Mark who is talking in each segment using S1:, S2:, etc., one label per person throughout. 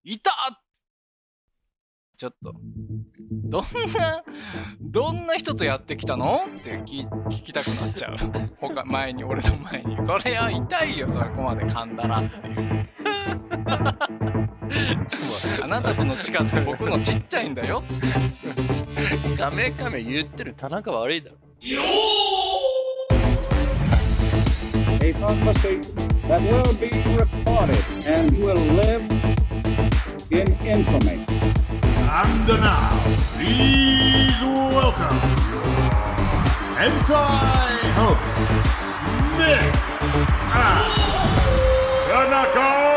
S1: いた！ちょっとどんな人とやってきたのって聞きたくなっちゃう。俺の前にそれは痛いよ、そこまで噛んだらっていうあなたとの近って僕のちっちゃいんだよ。
S2: カメカメ言ってる田中悪いだろ。
S3: A conversation that will be recorded and will live in infamy.
S4: And now, please welcome Hentai host Smith and Tanaka!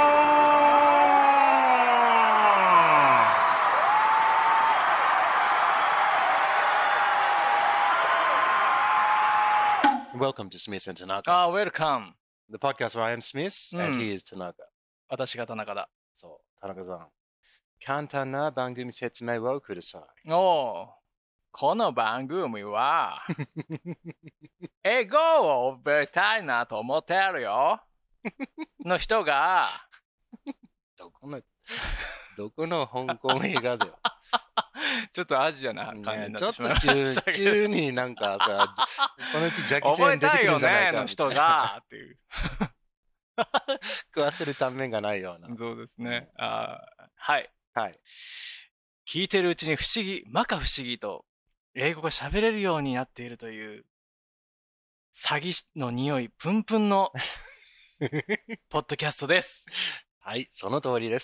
S2: Welcome to Smith and Tanaka,
S1: Welcome.
S2: the podcast where I am Smith and he is Tanaka.
S1: 私が田中だ。
S2: そう、田中さん。簡単な番組説明をください。
S1: この番組は英語を覚えたいなと思ってるよの人が
S2: どこの香港映画だよ。
S1: ちょっとアジアな感じにな
S2: ちょってと
S1: っしまいましたけど、
S2: 急になんかさ、そのうちジャッキー・チェーン出てくるんじゃないか
S1: の人がっていう
S2: 食わせるためがないような。
S1: そうですね。はい
S2: はい。
S1: 聞いてるうちに摩訶不思議と英語が喋れるようになっているという詐欺の匂いプンプンのポッドキャストです。
S2: はい、その通りです。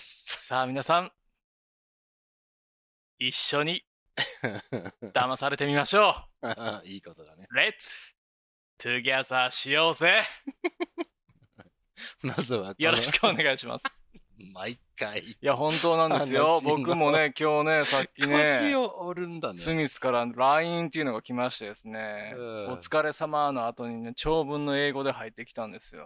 S1: さあ皆さん一緒に騙されてみましょ
S2: う。いいことだね。
S1: Let's together しようぜ。
S2: まずは
S1: よろしくお願いします。
S2: 毎回。
S1: いや本当なんですよ。僕もね今日ねさっきね
S2: 腰を折るんだね。
S1: スミスから LINE っていうのが来ましてですね、お疲れ様の後にね長文の英語で入ってきたんですよ。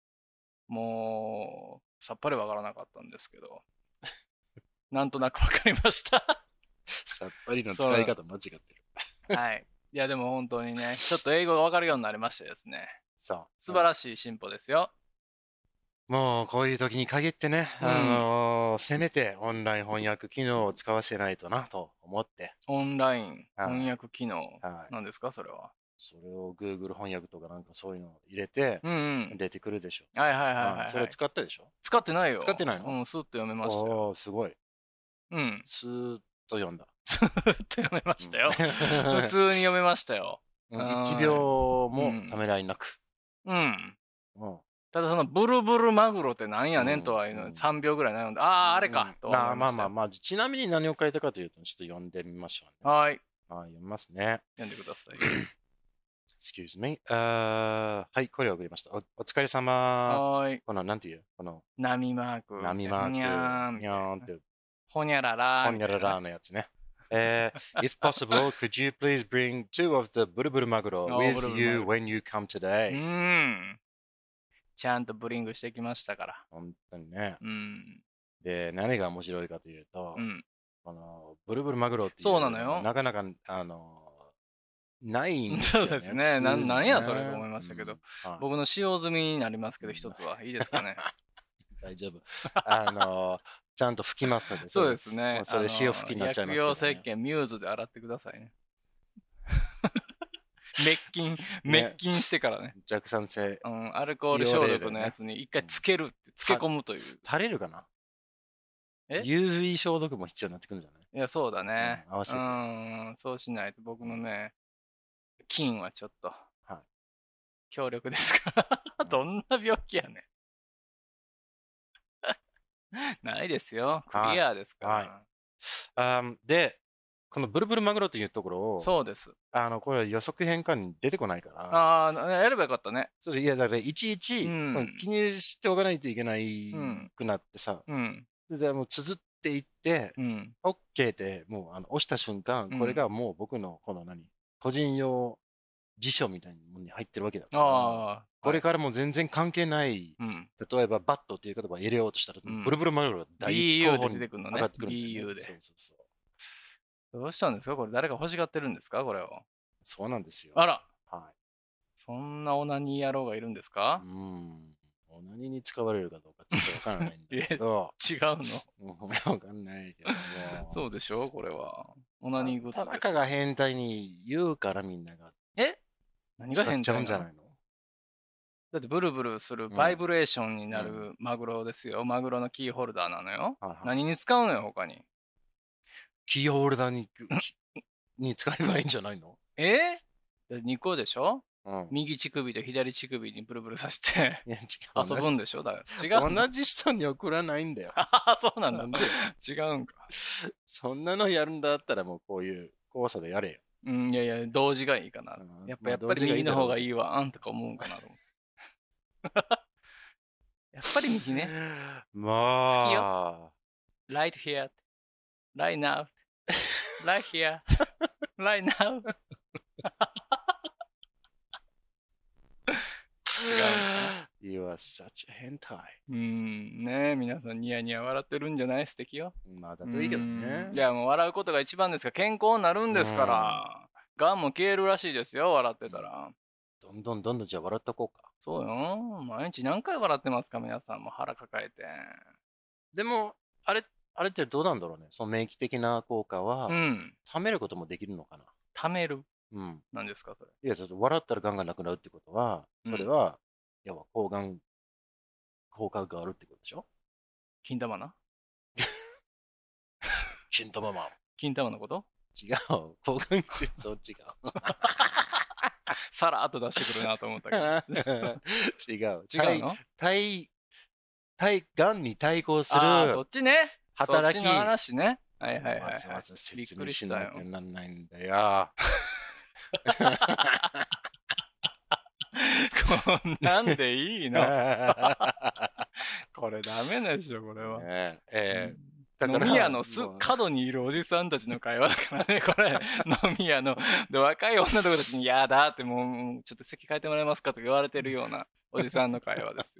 S1: もうさっぱりわからなかったんですけどなんとなくわかりました
S2: さっぱりの使い方間違ってる。
S1: はい。いやでも本当にねちょっと英語がわかるようになりましてですね、
S2: そう
S1: 素晴らしい進歩ですよ。
S2: もうこういう時に限ってね、せめてオンライン翻訳機能を使わせないとなと思って。
S1: オンライン翻訳機能なんですか、それは。
S2: それを Google 翻訳とかなんかそういうのを入れて、出てくるでしょ。
S1: はいはいはいはい。
S2: それ使ったでしょ？
S1: 使ってないよ。
S2: 使ってないの？
S1: スーッと読めましたよ。
S2: すごい。スーッと読んだ。
S1: スーッと読めましたよ。普通に読めましたよ。
S2: 1秒もためらいなく。た
S1: だそのブルブルマグロってなんやねんとはいうの3秒ぐらい悩んで、あれかと思いましたよ。
S2: まあちなみに何を書いたかというとちょっと読んでみましょうね。
S1: はい。
S2: 読みますね。
S1: 読んでください。
S2: Excuse me. はい、これを送りました。お疲れ様。
S1: はい。
S2: この、なんていうこの、
S1: 波マーク。
S2: 波マーク。
S1: にゃーん。
S2: にゃーんって。
S1: ほにゃらら。
S2: ほにゃららのやつね。If possible, could you please bring 2 of the ブルブルマグロ with you when you come today?
S1: ちゃんとブリングしてきましたから。
S2: 本当にね。で、何が面白いかというと、このブルブルマグロっていう、
S1: そうなのよ。
S2: なかなか、ないんですよね。
S1: そうですね。なんやそれと思いましたけど、僕の使用済みになりますけど、一つはいいですかね。
S2: 大丈夫。ちゃんと拭きますので。
S1: そうですね。
S2: それ塩拭きになっちゃいますけど、ね。
S1: 薬用石鹸ミューズで洗ってくださいね。滅菌してからね。
S2: 弱酸性。
S1: アルコール消毒のやつに一回つけ込むという。
S2: 垂れるかな？UV 消毒も必要になってくるんじゃない？
S1: いや、そうだね。
S2: 合わせて。
S1: そうしないと僕のね、菌はちょっと、強力ですから。どんな病気やねん。ないですよ。クリアですから。
S2: で、このブルブルマグロというところを、
S1: そうです。
S2: これ予測変換に出てこないから。
S1: やればよかったね。
S2: いや、だからいちいち気にしておかないといけないくなってさ、でもう綴っていって、OK ってもう押した瞬間、これがもう僕のこの個人用辞書みたいなものに入ってるわけだから、これからも全然関係ない、例えばバットっていう言葉を入れようとしたら、ブルブルマグロが第一候補に上がってくるんだよね。
S1: どうしたんですかこれ？誰か欲しがってるんですかこれを？
S2: そうなんですよ。
S1: あら。そんなオナニー野郎がいるんですか？
S2: オナニーに使われるかどうかちょっとわからないんだけど。
S1: 違う
S2: のわかんないけども。
S1: そうでしょこれは。オナニーグッズです。
S2: 田中が変態に言うからみんなが。
S1: 何が変態なの？
S2: 使っちゃうんじゃないの？
S1: だってブルブルするバイブレーションになるマグロですよ。マグロのキーホルダーなのよ。何に使うのよ、他に。
S2: キーホルダーに使えばいいんじゃないの
S1: ？2個でしょ？右乳首と左乳首にブルブルさせて遊ぶんでしょ？だから違う。
S2: 同じ人に送らないんだよ。
S1: そうなんだ。違うんか。
S2: そんなのやるんだったらもうこういう交差でやれよ。
S1: いやいや、同時がいいかな。やっぱり右の方がいいわ、とか思うんかなと思って。やっぱり右ね。
S2: まあ。
S1: 好きよ。Right here, right now, right here, right now.
S2: 違う。You are such a 変態。
S1: ねえ、皆さんニヤニヤ笑ってるんじゃない？素敵よ。
S2: まあ、だといいけどね。
S1: いや、もう笑うことが一番ですから、健康になるんですから。がんも消えるらしいですよ、笑ってたら。
S2: どんどんじゃあ笑っとこうか。
S1: そうよ。毎日何回笑ってますか、皆さんも腹抱えて。
S2: でも、あれってどうなんだろうね。その免疫的な効果は、貯めることもできるのかな。
S1: 貯める？何ですか、それ。
S2: いや、ちょっと笑ったらがんがなくなるってことは、それは、要は抗がん効果があるってことでしょ？
S1: 金玉な？
S2: 金玉マン。
S1: 金玉のこと？
S2: 違う。抗がんそう違う。
S1: さらっと出してくるなと思ったけど。
S2: 違う
S1: の？
S2: がんに対抗する。
S1: そっちね。
S2: 働き。
S1: そっちの話ね。はい。
S2: びっくりしたよ。なんないんだよ。
S1: こんなんでいいの？これダメでしょ、これは。飲み屋の角にいるおじさんたちの会話だからね、これ。飲み屋の。で、若い女の子たちに、やだってもう、ちょっと席変えてもらえますかとか言われてるようなおじさんの会話ですよ。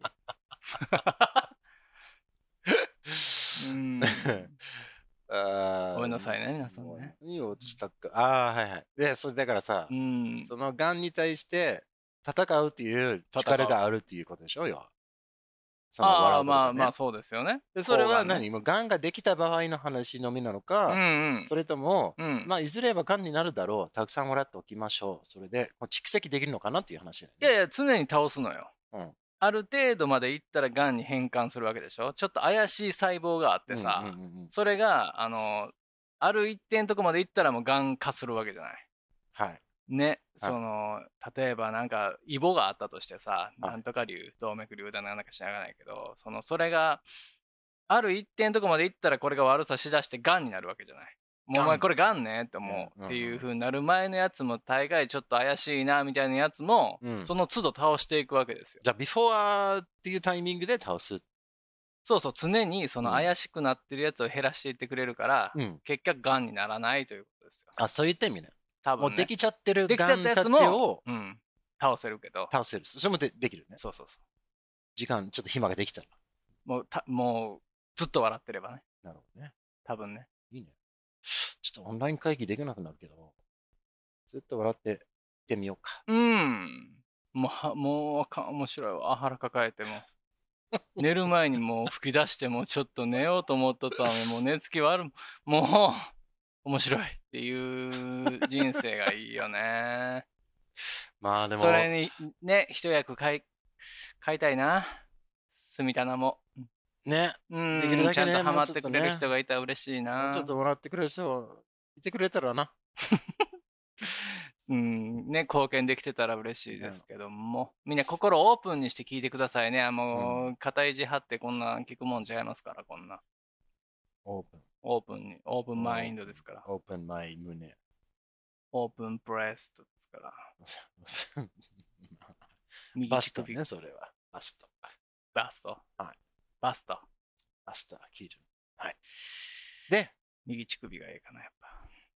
S1: ごめんなさいね、皆さんね。
S2: 何をしたか。はいはい。で、それだからさ、そのがんに対して戦うっていう力があるっていうことでしょよ。
S1: まあそうですよね。
S2: でそれは何？もうがんができた場合の話のみなのか、それとも、まあいずれはがんになるだろう。たくさん笑っておきましょう。それで蓄積できるのかなっていう話だよね。
S1: いやいや、常に倒すのよ。ある程度までいったらがんに変換するわけでしょ。ちょっと怪しい細胞があってさ、それがある一定のとこまでいったらもうがん化するわけじゃない。
S2: はい。
S1: ね、例えばなんかイボがあったとしてさ、なんとか瘤、動脈瘤だなんか知らないけど、それがある一定のとこまでいったらこれが悪さしだしてがんになるわけじゃない。もうお前これがんねって思うっていう風になる前のやつも大概ちょっと怪しいなみたいなやつも、その都度倒していくわけですよ。
S2: じゃあビフォーっていうタイミングで倒す。
S1: そうそう、常にその怪しくなってるやつを減らしていってくれるから、結局がんにならないということですよ。
S2: そういった意味ね。
S1: 多分ね。
S2: もうできちゃってるがんたちを
S1: 倒せるけど。
S2: 倒せる。それもできるね。
S1: そう。
S2: 時間、ちょっと暇ができたら。
S1: もうずっと笑ってればね。
S2: なるほどね。
S1: 多分ね。
S2: いいね。ちょっとオンライン会議できなくなるけど、ずっと笑っていってみようか。
S1: もう面白いわ。腹抱えても。寝る前にもう吹き出してもちょっと寝ようと思っとったのにもう寝つき悪い。もう面白いっていう人生がいいよね。
S2: まあでも。
S1: それにね、一役買いたいな。住棚も。
S2: ね。できるだけね。
S1: ちゃんとハマってくれる人がいたら嬉しいな。
S2: ちょっと笑ってくれる人いてくれたらな。
S1: ね、貢献できてたら嬉しいですけども、みんな心オープンにして聞いてくださいね。もう、肩意地張ってこんなん聞くもんちゃいますから、こんな。オープンマインドですから。
S2: オープンマイ胸。
S1: オープンブレストですから。
S2: バストね、それは。バスト。
S1: はい。バスト、
S2: 切る。はい。で、
S1: 右乳首がいいかな、やっぱ。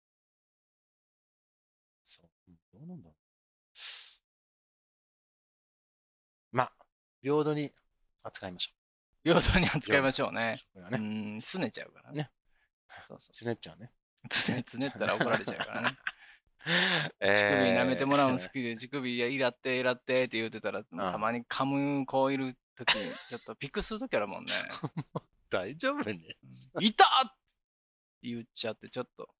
S2: そう。どうなんだろう。まあ、平等に扱いましょ
S1: う。平等に扱いましょうね。すねちゃうからね。
S2: そう。つねっちゃうね。
S1: つねったら怒られちゃうからね。乳首舐めてもらうの好きで、乳首イラってって言ってたら、たまに噛む子いる時にちょっとピックする時あるもんね。
S2: 大丈夫ね。
S1: いたって言っちゃってちょっと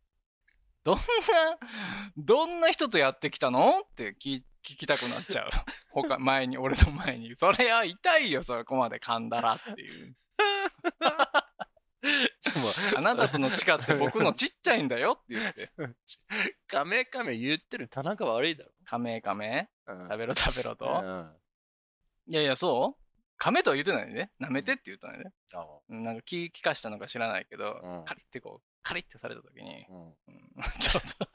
S1: どんな人とやってきたのって聞きたくなっちゃう。俺の前にそれは痛いよそこまで噛んだらっていう。あなたとの地下って僕のちっちゃいんだよって言って。
S2: カメカメ言ってる田中悪いだろ。
S1: カメカメ、食べろ食べろと。いやいやそうカメとは言ってないね。舐めてって言ったのね。なんか聞かしたのか知らないけど、カリってされた時に、ちょっと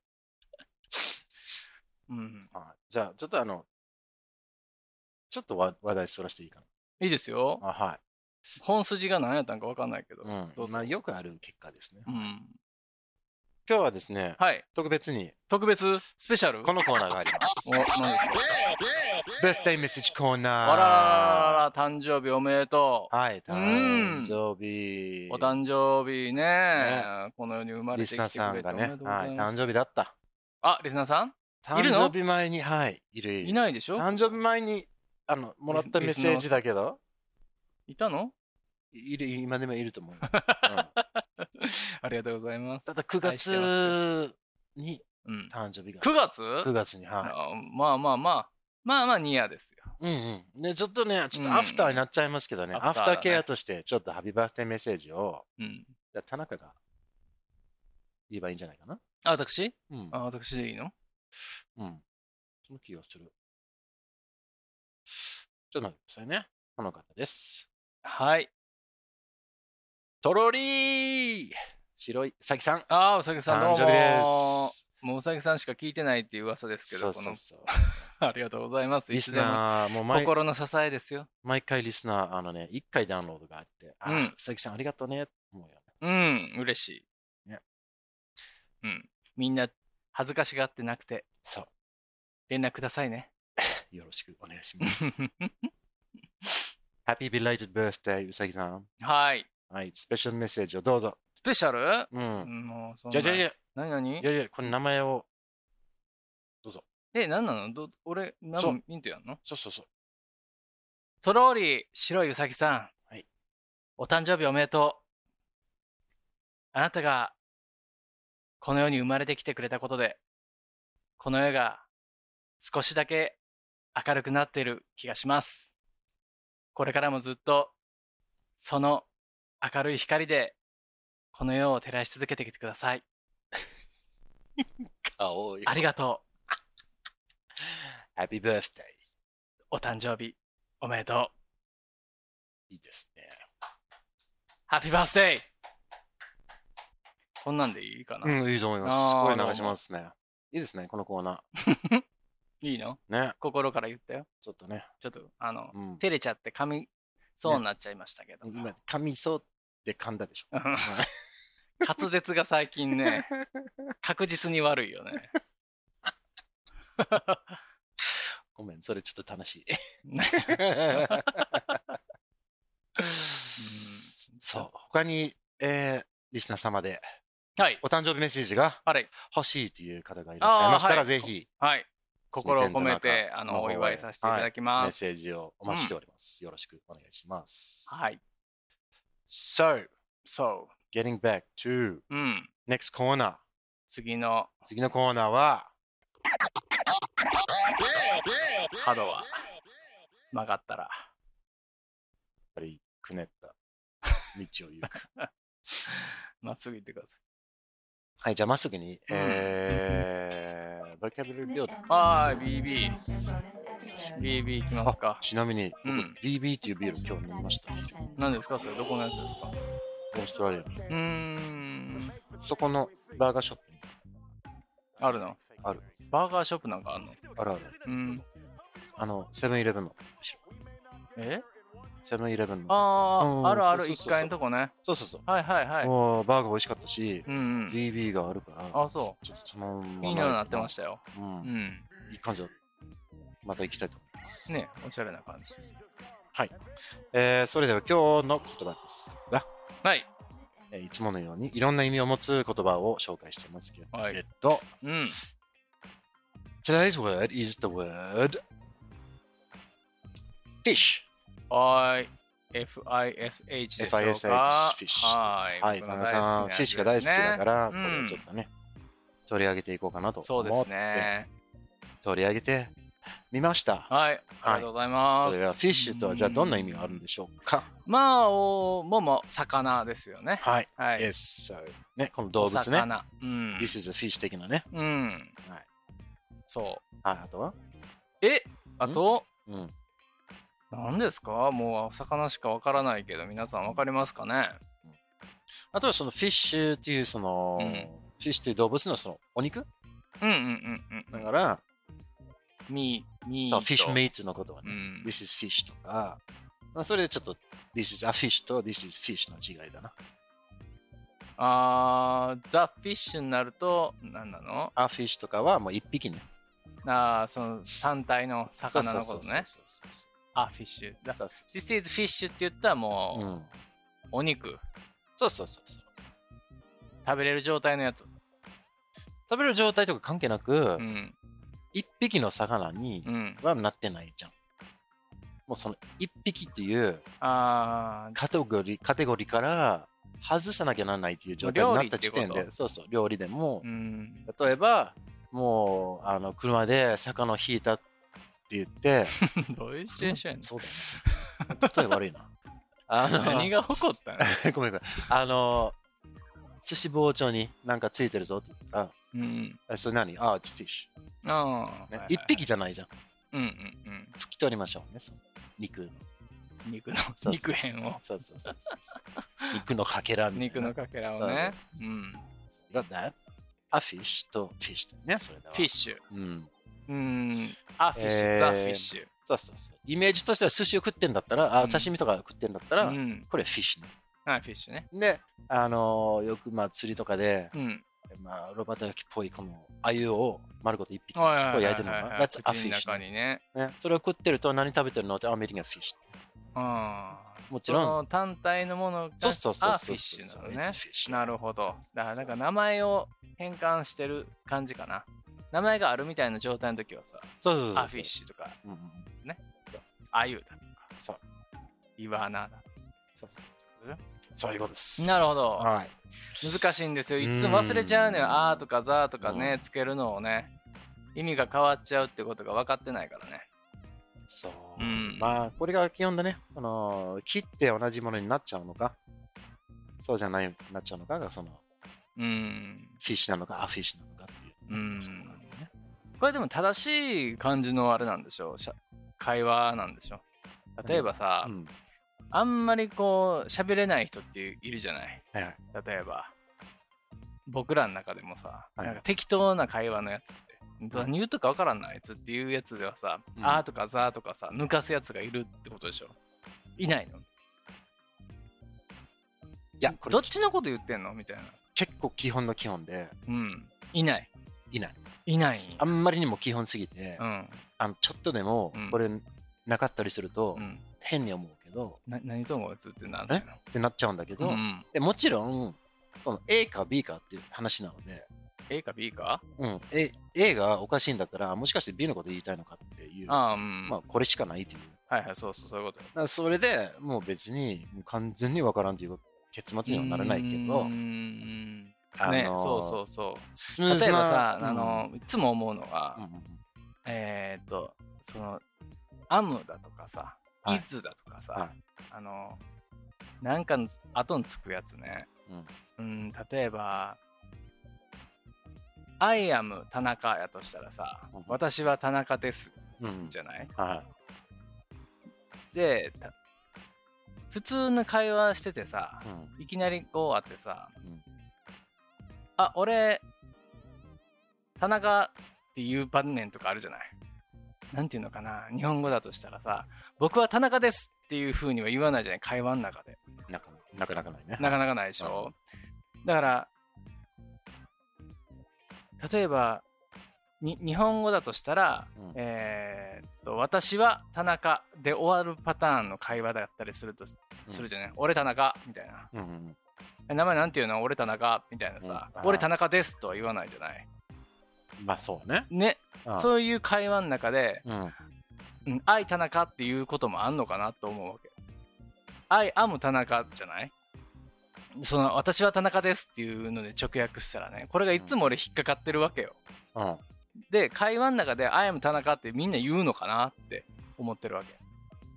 S2: じゃあちょっとちょっと話題そらしていいかな。
S1: いいですよ。
S2: はい。
S1: 本筋が何やったんか分かんないけど。
S2: まあよくある結果ですね。
S1: 今
S2: 日はですね、特別
S1: スペシャル
S2: このコーナーがあります。
S1: 何ですか？
S2: ベストメッセージコーナー。
S1: あら誕生日おめでとう。
S2: はい、誕生日。
S1: お誕生日ね。この世に生まれてきてくれて
S2: リスナーさんがね、誕生日だった。
S1: あ、リスナーさん？
S2: 誕生日前に、いる。
S1: いないでしょ？
S2: 誕生日前に、もらったメッセージだけど。
S1: いたの？
S2: 今でもいると思う。
S1: ありがとうございます。
S2: ただ9月に誕生日が。
S1: 9月？
S2: 9月に、
S1: まあニアですよ。
S2: ね、ちょっとアフターになっちゃいますけどね、アフターケアとしてちょっとハッピーバースデーメッセージを、田中が言えばいいんじゃないかな。
S1: 私？私でいいの？
S2: その気がする。ちょっと待ってくださいね。この方です。
S1: はい。
S2: とろりー白いうさぎさん。
S1: うさぎさんどうも。誕生日です。もううさぎさんしか聞いてないっていう噂ですけど、ありがとうございます。
S2: リスナー、
S1: もう心の支えですよ。
S2: 毎回リスナー、1回ダウンロードがあって、うさぎさんありがとうね、思うよ
S1: ね。嬉しい。ね。みんな恥ずかしがってなくて、連絡くださいね。
S2: よろしくお願いします。Happy belated birthday うさぎさん。
S1: はい。
S2: スペシャルメッセージをどうぞ。
S1: スペシャル？
S2: もうそんな。じゃ
S1: 何？
S2: いや、この名前をどうぞ。
S1: 何なの？俺、何ミントやんの？
S2: そう。
S1: とろり白いうさぎさん。お誕生日おめでとう。あなたがこの世に生まれてきてくれたことで、この世が少しだけ明るくなっている気がします。これからもずっとその明るい光でこの世を照らし続けてきてください。ありがと
S2: う。Happy birthday。
S1: お誕生日おめでと
S2: う。いいですね。
S1: Happy birthday。こんなんでいいかな？
S2: いいと思います。これ流しますね。いいですね、このコーナ
S1: ー。いいの？
S2: ね。
S1: 心から言ったよ。
S2: ちょっとね。
S1: ちょっと照れちゃって噛みそうになっちゃいましたけど。
S2: 今噛みそうって噛んだでしょ。
S1: 滑舌が最近ね、確実に悪いよね。
S2: ごめん、それちょっと楽しい。そう、他に、リスナー様で、お誕生日メッセージが欲しいという方がいらっしゃいましたら、ぜひ、
S1: 心を込めてお祝いさせていただきます。
S2: メッセージをお待ちしております。よろしくお願いします。
S1: はい。
S2: So, getting back to next corner. 次のコーナーは、
S1: 角は曲がったら、
S2: やっぱりくねった道を行く。
S1: まっすぐ行ってください。
S2: はい、じゃあまっすぐに、ボキャブラリービルド。
S1: BB。BB 行きますか。
S2: ちなみに、BB っていうビール今日飲みました。
S1: 何ですかそれ？どこのやつですか？
S2: オーストラリア。そこのバーガーショップに。
S1: あるの？
S2: ある。
S1: バーガーショップなんかあるの？
S2: ある。セブンイレブンの後ろ。セブンイレブンの。
S1: ある1階のとこね。
S2: そう。
S1: はい。
S2: もうバーガー美味しかったし、BB があるから。
S1: そう。
S2: ちょっとそのまま。
S1: いいようになってましたよ。
S2: いい感じだ。また行きたいと思います。
S1: ね、おしゃれな感じです。
S2: はい。それでは今日の言葉ですが、
S1: はい。
S2: いつものようにいろんな意味を持つ言葉を紹介していますけど、Today's word is the word fish.
S1: はい。FISH でしょうか。
S2: FISH フィッシュです。はい。田中さん、フィッシュが大好きだから、これをちょっとね、取り上げていこうかなと思って。そうですね。取り上げてみました。
S1: はい。ありがとうございます。
S2: それはフィッシュとはじゃあどんな意味があるんでしょうか。
S1: まあ、もう魚ですよね。
S2: はい。Yes. ね、この動物ね。
S1: 魚。
S2: This is a fish 的なね。
S1: はい。そう。
S2: あとは
S1: あと何ですか？もう魚しかわからないけど、皆さんわかりますかね？
S2: あとはそのフィッシュっていうその、フィッシュという動物のそのお肉？だから、
S1: ミー
S2: そう、フィッシュメイトのことはね、This is fish とか、まあ、それでちょっと This is a fish と This is fish の違いだな。
S1: ザ・フィッシュになると何なの？
S2: アフィッシュとかはもう一匹ね。
S1: その単体の魚のことね。アフィッシュ。This is fish って言ったらもう、お肉。
S2: そう。
S1: 食べれる状態のやつ。
S2: 食べれる状態とか関係なく、一匹の魚にはなってないじゃん。もうその一匹っていうカテゴリーから外さなきゃならないっていう状態になった時点で、料理でも、例えば、もう車で魚を引いたって言って
S1: どういうシチュエーションやねん。
S2: そうだね。例え悪いな。
S1: 何が起こったの？
S2: ごめん。寿司包丁になんかついてるぞって言ったら、それ何？it's fish。一匹じゃないじゃん。拭き取りましょうね。肉
S1: 片を。
S2: そう。肉のかけらみたいな。
S1: 肉のかけらをね。
S2: アフィッシュとフィッシュね、それでは。
S1: フィッシュ。アフィッシュ、ザ・フィッシュ。
S2: そう。イメージとしては寿司を食ってんだったら、刺身とか食ってんだったら、これフィッシュね。
S1: フィッシュね。
S2: で、よく釣りとかで、ロバート焼きっぽいこの鮎を丸ごと一匹焼いてるのが、that's a fish ね。それを食ってると何食べてるのってアメリカンフィッシュ。もちろん。
S1: その単体のものがフィッシュなのね。なるほど。だからなんか名前を変換してる感じかな。名前があるみたいな状態の時はさ、アフィッシュとか、ね。アユだとか、イワナだとか。
S2: そういうことです。
S1: なるほど。難しいんですよ。いつも忘れちゃうのよ。あーとかザーとかね、つけるのをね。意味が変わっちゃうってことが分かってないからね。
S2: そう。まあ、これが基本だね。切って同じものになっちゃうのか、そうじゃないなっちゃうのかが、フィッシュなのか、アフィッシュなのかっていう。
S1: これでも正しい感じのあれなんでしょう。会話なんでしょう。例えばさ、あんまりこう喋れない人っているじゃない。例えば僕らの中でもさ、なんか適当な会話のやつって何言うとか分からんなあいつっていうやつではさ、あーとかザーとかさ抜かすやつがいるってことでしょ。いないの？いや、どっちのこと言ってんのみたいな。
S2: 結構基本の基本で、
S1: いない
S2: あんまりにも基本すぎて、ちょっとでもこれなかったりすると変に思うけど、
S1: 何ともやつってなん
S2: ってなっちゃうんだけど、でもちろんこの A か B かっていう話なので、
S1: A か B か
S2: A がおかしいんだったらもしかして B のこと言いたいのかっていう、まあこれしかないっていう、
S1: そういうこと。
S2: それでもう別に完全に分からんという結末にはならないけど、
S1: そう
S2: スムーズな。
S1: 例えばさ、いつも思うのが、そのアムだとかさ、イズだとかさ、なんかの後につくやつね。例えばI am 田中やとしたらさ、私は田中ですじゃない？で、普通の会話しててさ、いきなりこうあってさ、あ、俺田中っていう場面とかあるじゃない。なんていうのかな、日本語だとしたらさ、僕は田中ですっていう風には言わないじゃない、会話の中で。
S2: なかなかないね。
S1: なかなかないでしょ。だから例えば日本語だとしたら、私は田中で終わるパターンの会話だったりするとするじゃない。俺田中みたいな。名前なんていうの？俺田中みたいなさ、俺田中ですとは言わないじゃない。
S2: まあそうね。
S1: そういう会話の中で、 I 田中っていうこともあんのかなと思うわけ。I am 田中じゃない？その私は田中ですっていうので直訳したらね、これがいつも俺引っかかってるわけよ。で、会話の中で I am 田中ってみんな言うのかなって思ってるわけ。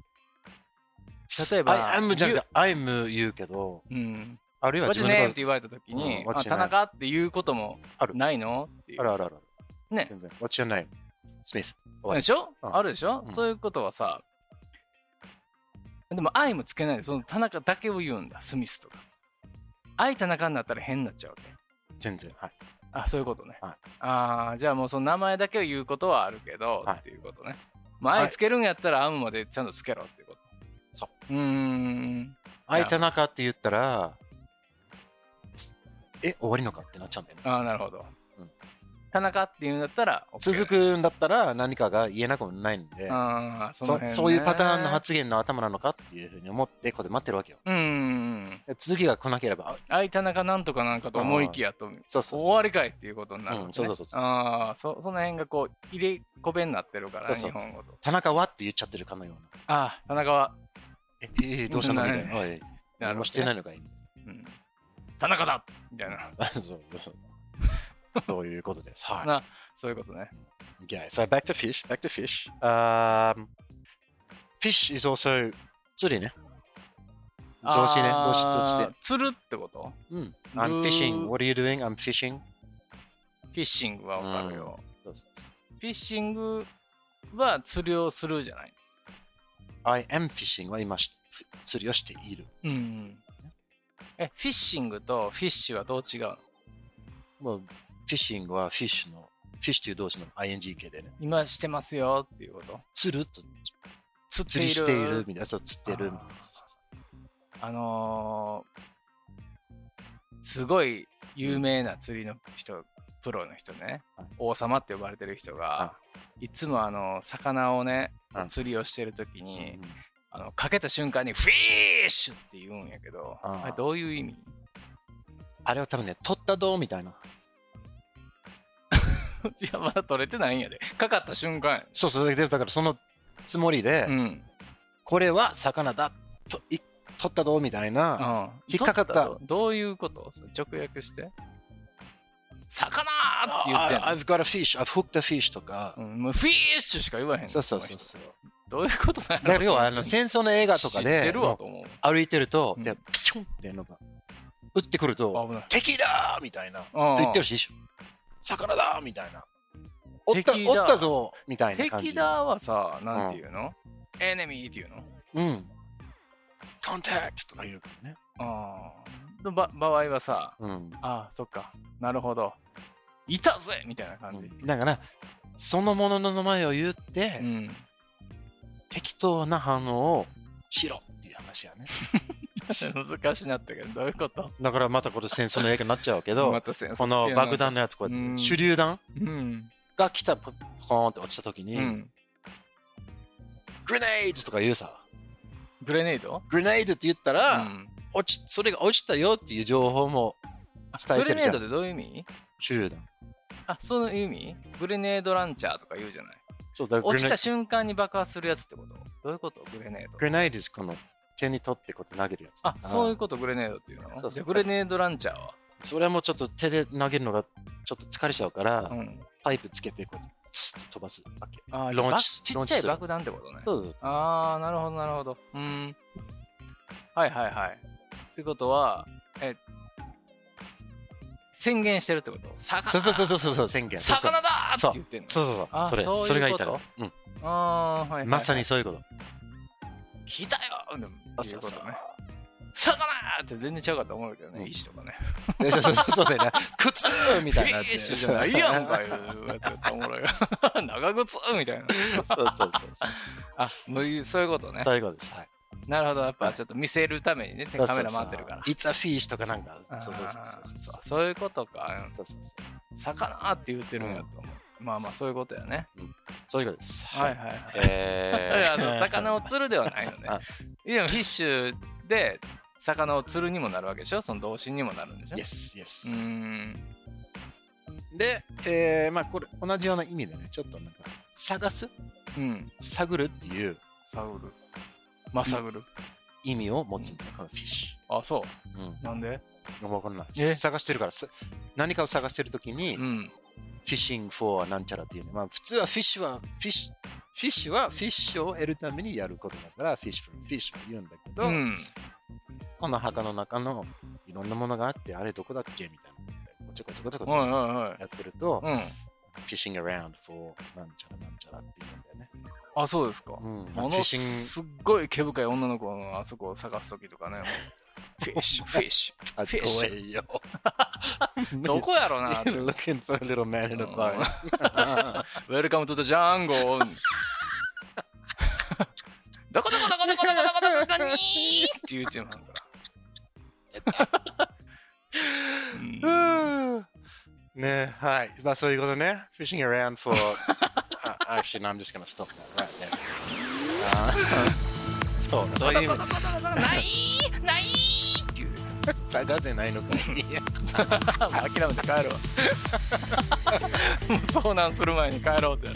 S1: 例えば
S2: I am じゃなくて I'm 言うけど、あるいは
S1: 自分で What's your name って言われた時に、田中っていうこともないのっていう。
S2: ある。
S1: ね。
S2: What's your name? スミス。
S1: でしょ？あるでしょ？そういうことはさ、でも I もつけないで、その田中だけを言うんだ、スミスとか。I 田中になったら変になっちゃうわけ。
S2: 全然、はい。
S1: そういうことね。じゃあもうその名前だけを言うことはあるけど、っていうことね。I つけるんやったら am までちゃんとつけろっていうこと。
S2: そう。
S1: I
S2: 田中って言ったら、終わりのかってなっちゃうんだよね。
S1: なるほど。田中って言うんだったら、
S2: 続くんだったら何かが言えなくもないんで、そういうパターンの発言の頭なのかっていうふうに思ってここで待ってるわけよ。続きが来なければ、
S1: 田中なんとかなんかと思いきやと、終わりかいっていうことになる、ね。その辺がこう入れこべになってるから、日本語と。
S2: 田中はって言っちゃってるかのよう
S1: な。田中は。
S2: どうしたのみたいな。何もしてないのかい。
S1: 田中だみたいな。
S2: そういうことです。
S1: はい。そういうことね。
S2: Okay, so back to fish. Fish is also 釣りね。動詞ね。動詞として。
S1: 釣るってこと？
S2: I'm fishing. What are you doing? I'm fishing.
S1: フィッシングはわかるよ。フィッシングは釣りをするじゃない。
S2: I am fishing は今釣りをしている。
S1: フィッシングとフィッシュはどう違うの？
S2: もうフィッシングはフィッシュという動詞の ing 形でね。
S1: 今してますよっていうこと？
S2: 釣ると。
S1: 釣り
S2: しているみたいな。そう、釣ってるみたい
S1: な。すごい有名な釣りの人、プロの人ね、王様って呼ばれてる人が、いつも魚をね、釣りをしてるときに、かけた瞬間にフィッシュって言うんやけど、あれどういう意味？
S2: あれは多分ね、取ったどうみたいな。
S1: いや、まだ取れてないんやで。かかった瞬間。
S2: そうだからそのつもりで、これは魚だと取ったどうみたいな、引っかかった。
S1: どういうこと？直訳して。魚って言ってんの。
S2: I've got a fish, I've hooked a fish とか。
S1: もうフィッシュしか言わへん。
S2: そう。
S1: どういうことなの？
S2: だから要は戦争の映画とかで歩いてると、でピシュンっていうのが撃ってくると、敵だみたいなと言ってるし、魚だみたいな。おったぞみたいな感じ。
S1: 敵だはさ、なんていうの？エネミーっていうの？
S2: コンタクトとか言うからね。
S1: 場合はさ、そっか、なるほど。いたぜみたいな感じ。
S2: だから、そのものの名前を言って、適当な反応をしろっていう話やね。
S1: 難しいなったけど、どういうこと？
S2: だからまたこれ戦争の映画になっちゃうけど、この爆弾のやつこうやって、手榴弾が来た、ポーンって落ちた時に、グレネードとか言うさ。
S1: グレネード
S2: って言ったら、それが落ちたよっていう情報も伝えてるじゃん。
S1: グレネードってどういう意味？
S2: 手榴弾。
S1: そういう意味？グレネードランチャーとか言うじゃない。落ちた瞬間に爆発するやつってこと？どういうこと？グレネード。
S2: グレネードこの手に取ってこう投げるやつ。
S1: そういうことグレネードっていうの？グレネードランチャーは？
S2: それはもうちょっと手で投げるのがちょっと疲れちゃうから、パイプつけてこう飛ばすわけ。
S1: ちっちゃい爆弾ってことね。
S2: そう。
S1: なるほど。はい。ってことは、宣言してるってこと？
S2: そう、宣言。
S1: 魚だーって言ってんの？
S2: そう。それがいたら。まさにそういうこと。
S1: 来たよーっていうことね。魚ーって全然違うかと思うけどね、石とかね。
S2: そうだよね。靴みたいな。
S1: フィッシュじゃないやんかいうやつやったらおもろいよ。長靴みたいな。もうそういうことね。
S2: そういうことです。はい。
S1: なるほど、やっぱちょっと見せるためにね、カメラ回ってるから。
S2: It's a fish とかなんか。
S1: そういうことか。魚って言ってるんやと思う。まあそういうことやね。
S2: そういうことです。
S1: はい。魚を釣るではないのね。でもフィッシュで魚を釣るにもなるわけでしょ？その動詞にもなるんでしょ？
S2: Yes。で、これ同じような意味でね、ちょっとなんか探す探るっていう
S1: 探る探る
S2: 意味を持つんだよ、このフィッシ
S1: ュ。あ、そう。なんで？
S2: わかんない。探してるから、何かを探してるときに、フィッシングフォーなんちゃらっていうね。まあ普通はフィッシュはフィッシュを得るためにやることだからフィッシュフィッシュと言うんだけど、この墓の中のいろんなものがあってあれどこだっけみたいなこちょこちょやってると、フィッシングアラウンドフォーなんちゃらなんちゃらって言うんだよね。
S1: あ、そうですか。すっごい毛深い女の子のあそこを探すときとかね。フィッシュ、フィッシュ、フィッシュ。どこやろな。
S2: Looking for a little man in a bar.
S1: Welcome to the jungle. どこにって言うてもなんか。
S2: ね、はい。まあそういうことね。Fishing around for... Actually, no, I'm just going to stop that right there. そういう意味。
S1: ないっていう。
S2: 探せないのかい。
S1: 諦めて帰るわ。もう遭難する前に帰ろうって。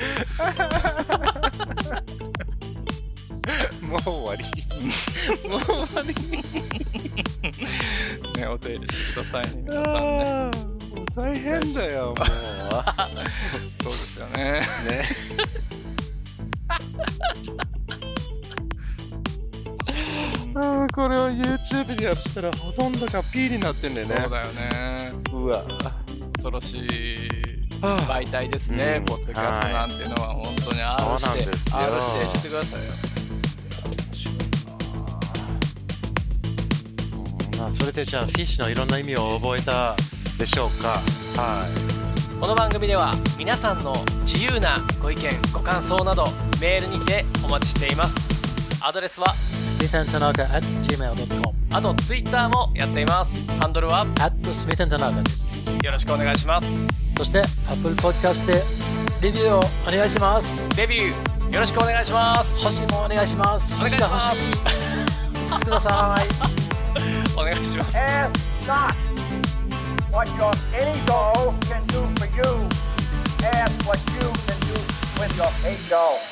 S2: もう終わり。もう終わり。
S1: ね、お手入れしてくださいね、皆さんね。
S2: 大変だよ、もう。
S1: そうですよね。
S2: これを YouTube にアップしたらほとんどが P になってんだよね。
S1: そうだよね。
S2: うわ。
S1: 恐ろしい媒体ですね、ポッドキャストなんていうのは本当に R してしてくださいよ。
S2: それでじゃあフィッシュのいろんな意味を覚えたでしょうか。はい。
S1: この番組では皆さんの自由なご意見ご感想などメールにてお待ちしています。アドレスは
S5: smithandtanaka@gmail.com。
S1: あと Twitter もやっています。ハンドルは
S5: @smithandtanaka です。
S1: よろしくお願いします。
S5: そして Apple Podcast でレビューをお願いします。
S1: レビューよろしくお願いします。
S5: 星もお願いします。星が欲しい。5つください。
S1: お願いします。
S3: Ask not what your ego can do for you. Ask what you can do with your ego.